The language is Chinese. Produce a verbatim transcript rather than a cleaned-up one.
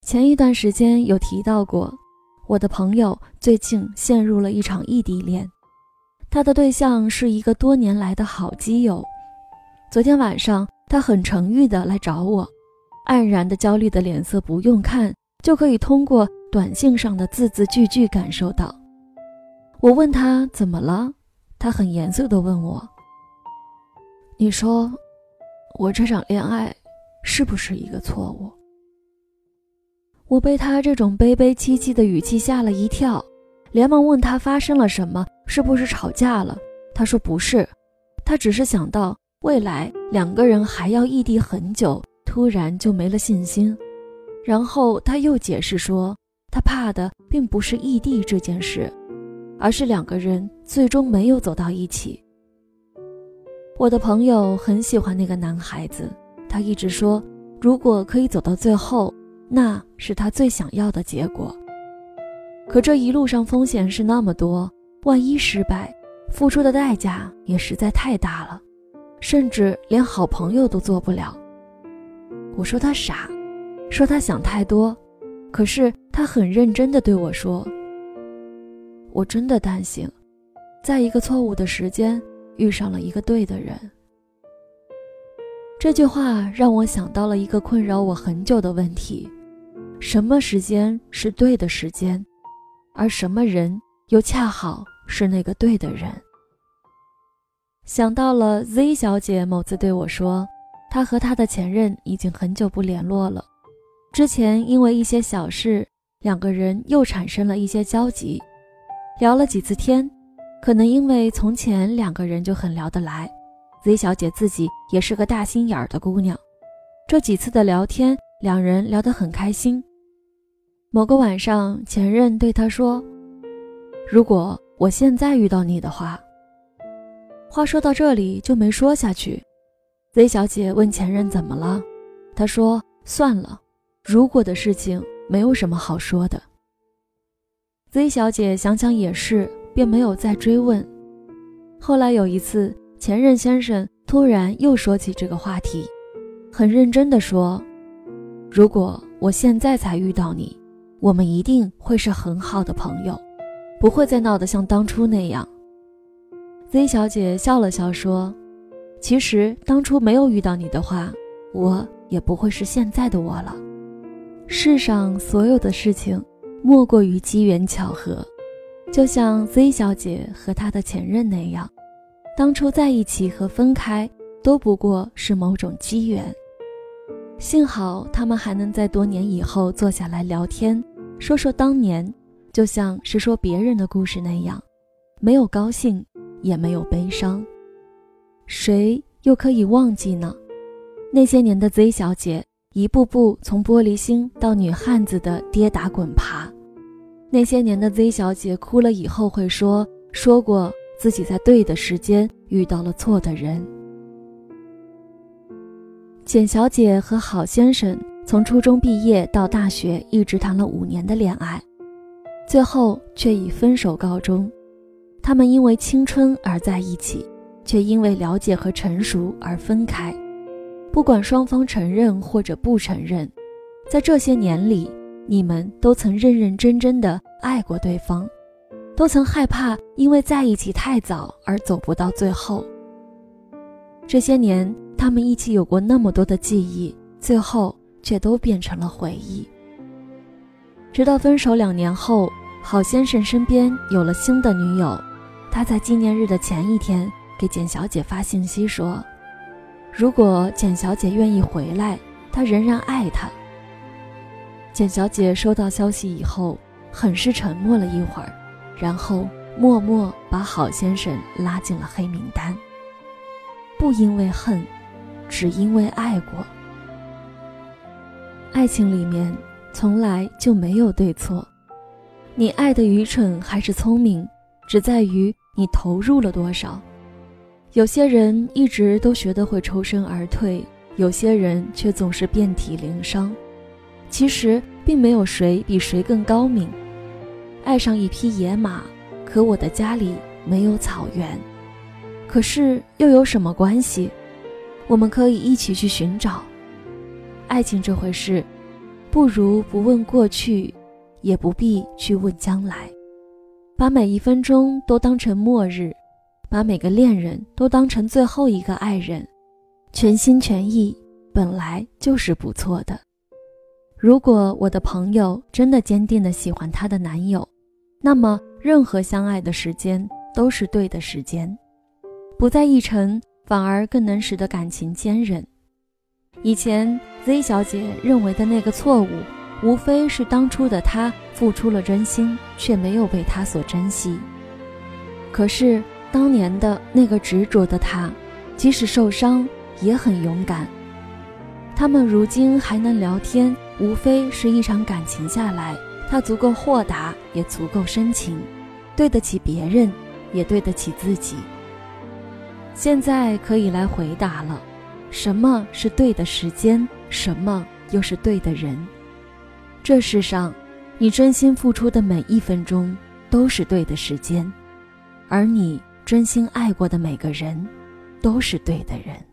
前一段时间有提到过，我的朋友最近陷入了一场异地恋，他的对象是一个多年来的好基友。昨天晚上他很诚郁地来找我，黯然的焦虑的脸色不用看就可以通过短信上的字字句句感受到。我问他怎么了，他很严肃地问我，你说我这场恋爱是不是一个错误？我被他这种悲悲戚戚的语气吓了一跳，连忙问他发生了什么，是不是吵架了？他说不是，他只是想到未来两个人还要异地很久，突然就没了信心。然后他又解释说，他怕的并不是异地这件事，而是两个人最终没有走到一起。我的朋友很喜欢那个男孩子，他一直说，如果可以走到最后，那是他最想要的结果。可这一路上风险是那么多，万一失败，付出的代价也实在太大了，甚至连好朋友都做不了。我说他傻，说他想太多，可是他很认真地对我说，我真的担心，在一个错误的时间遇上了一个对的人。这句话让我想到了一个困扰我很久的问题，什么时间是对的时间，而什么人又恰好是那个对的人。想到了 Z 小姐某次对我说，她和她的前任已经很久不联络了，之前因为一些小事，两个人又产生了一些交集，聊了几次天，可能因为从前两个人就很聊得来， Z 小姐自己也是个大心眼儿的姑娘，这几次的聊天，两人聊得很开心。某个晚上，前任对她说，如果我现在遇到你的话。话说到这里就没说下去。 Z 小姐问前任怎么了，他说算了，如果的事情没有什么好说的。 Z 小姐想想也是，便没有再追问。后来有一次，前任先生突然又说起这个话题，很认真地说，如果我现在才遇到你，我们一定会是很好的朋友，不会再闹得像当初那样。 Z 小姐笑了笑说，其实当初没有遇到你的话，我也不会是现在的我了。世上所有的事情莫过于机缘巧合，就像 Z 小姐和她的前任那样，当初在一起和分开都不过是某种机缘。幸好他们还能在多年以后坐下来聊天，说说当年，就像是说别人的故事那样，没有高兴也没有悲伤。谁又可以忘记呢？那些年的 Z 小姐一步步从玻璃心到女汉子的跌打滚爬，那些年的 Z 小姐哭了以后会说，说过自己在对的时间遇到了错的人。简小姐和郝先生从初中毕业到大学一直谈了五年的恋爱，最后却以分手告终。他们因为青春而在一起，却因为了解和成熟而分开。不管双方承认或者不承认，在这些年里，你们都曾认认真真地爱过对方，都曾害怕因为在一起太早而走不到最后。这些年，他们一起有过那么多的记忆，最后却都变成了回忆。直到分手两年后，郝先生身边有了新的女友，他在纪念日的前一天给简小姐发信息说，如果简小姐愿意回来，他仍然爱她。简小姐收到消息以后，很是沉默了一会儿，然后默默把郝先生拉进了黑名单。不因为恨，只因为爱过。爱情里面从来就没有对错，你爱的愚蠢还是聪明，只在于你投入了多少。有些人一直都学得会抽身而退，有些人却总是遍体鳞伤。其实并没有谁比谁更高明。爱上一匹野马，可我的家里没有草原。可是又有什么关系？我们可以一起去寻找。爱情这回事， 不如不问过去，也不必去问将来。把每一分钟都当成末日，把每个恋人都当成最后一个爱人，全心全意本来就是不错的。如果我的朋友真的坚定地喜欢她的男友，那么任何相爱的时间都是对的时间，不在一成，反而更能使得感情坚韧。以前 Z 小姐认为的那个错误，无非是当初的她付出了真心，却没有被他所珍惜。可是当年的那个执着的她，即使受伤也很勇敢。他们如今还能聊天，无非是一场感情下来，她足够豁达，也足够深情，对得起别人，也对得起自己。现在可以来回答了，什么是对的时间，什么又是对的人？这世上，你真心付出的每一分钟都是对的时间，而你真心爱过的每个人都是对的人。